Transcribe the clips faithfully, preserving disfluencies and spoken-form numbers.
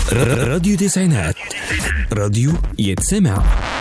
راديو تسعينات، راديو يتسمع.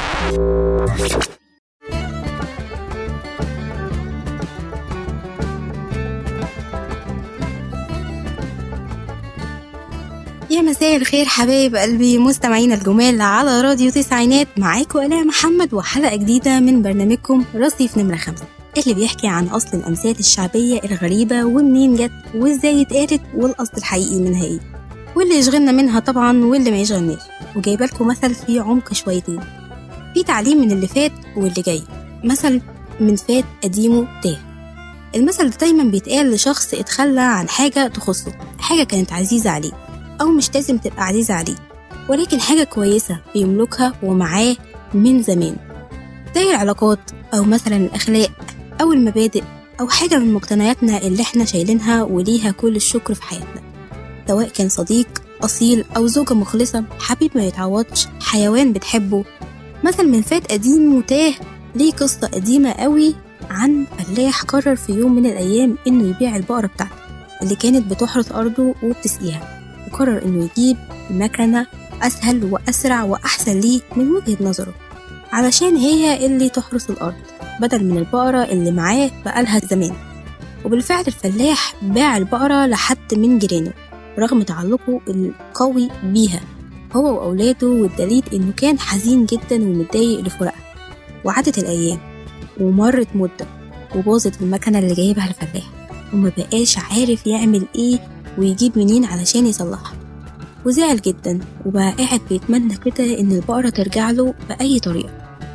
يا مساء الخير حبايب قلبي مستمعين الجمال على راديو تسعينات، معاكم آلاء محمد وحلقة جديدة من برنامجكم رصيف نمرة خمسة اللي بيحكي عن أصل الأمثال الشعبية الغريبة ومنين جت وإزاي اتقالت والأصل الحقيقي منها إيه، واللي يشغلنا منها طبعا واللي ما يشغلناش. وجايبه لكم مثل فيه عمق شويتين، في تعليم من اللي فات واللي جاي. مثل من فات قديمه تاه. المثل ده دايما بيتقال لشخص اتخلى عن حاجة تخصه، حاجة كانت عزيزة عليه أو مش لازم تبقى عزيزة عليه، ولكن حاجة كويسة بيملكها ومعاه من زمان، زي العلاقات أو مثلا الأخلاق أو المبادئ أو حاجة من مقتنياتنا اللي احنا شايلينها وليها كل الشكر في حياتنا، سواء كان صديق أصيل أو زوجة مخلصة، حبيب ما يتعوضش، حيوان بتحبه. مثل من فات قديم وتاه ليه قصة قديمة قوي عن فلاح قرر في يوم من الأيام إنه يبيع البقرة بتاعته اللي كانت بتحرث أرضه وبتسقيها، وقرر إنه يجيب مكنة أسهل وأسرع وأحسن ليه من وجهة نظره، علشان هي اللي تحرث الأرض بدل من البقرة اللي معاه بقالها زمان. وبالفعل الفلاح باع البقرة لحد من جيرانه رغم تعلقه القوي بيها هو وأولاده، والدليل إنه كان حزين جدا ومتضايق لفراقها. وعدت الأيام ومرت مدة وباظت المكنة اللي جايبها الفلاح، وما بقاش عارف يعمل إيه ويجيب منين علشان يصلحها، وزعل جدا وبقى قاعد بيتمنى كده إن البقرة ترجع له بأي طريقة.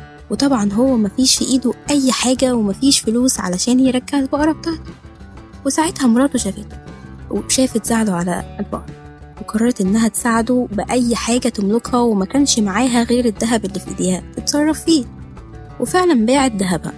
وطبعا هو مفيش في إيده أي حاجة ومفيش فلوس علشان يرجع البقرة بتاعته. وساعتها مراته شافته وشافت زعله على البقرة وقررت إنها تساعده بأي حاجة تملكها، وما كانش معاها غير الذهب اللي في إيديها تتصرف فيه. وفعلا باعت ذهبها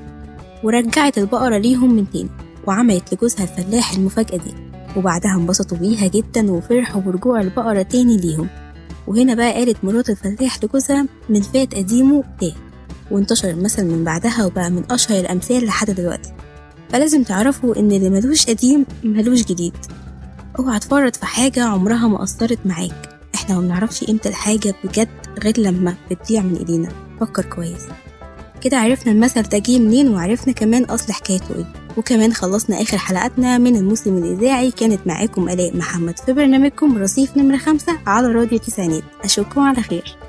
ورجعت البقرة ليهم من تاني، وعملت لجوزها الفلاح المفاجأة دي، وبعدها انبسطوا بيها جدا وفرحوا برجوع البقرة تاني ليهم. وهنا بقى قالت مرات الفلاح لجوزها من فات قديمه تاه، وانتشر المثل من بعدها وبقى من أشهر الأمثال لحد دلوقتي. فلازم تعرفوا إن اللي ملوش قديم ملوش جديد. اوعى تفرط في حاجة عمرها ما أثرت معاك، احنا ما بنعرفش قيمة الحاجة بجد غير لما بتضيع من ايدينا. فكر كويس. كده عرفنا المثل ده جه منين، وعرفنا كمان أصل حكايته ايه، وكمان خلصنا آخر حلقاتنا من الموسم الإذاعي. كانت معاكم آلاء محمد في برنامجكم رصيف نمرة خمسة على راديو تسعينات. أشوفكم على خير.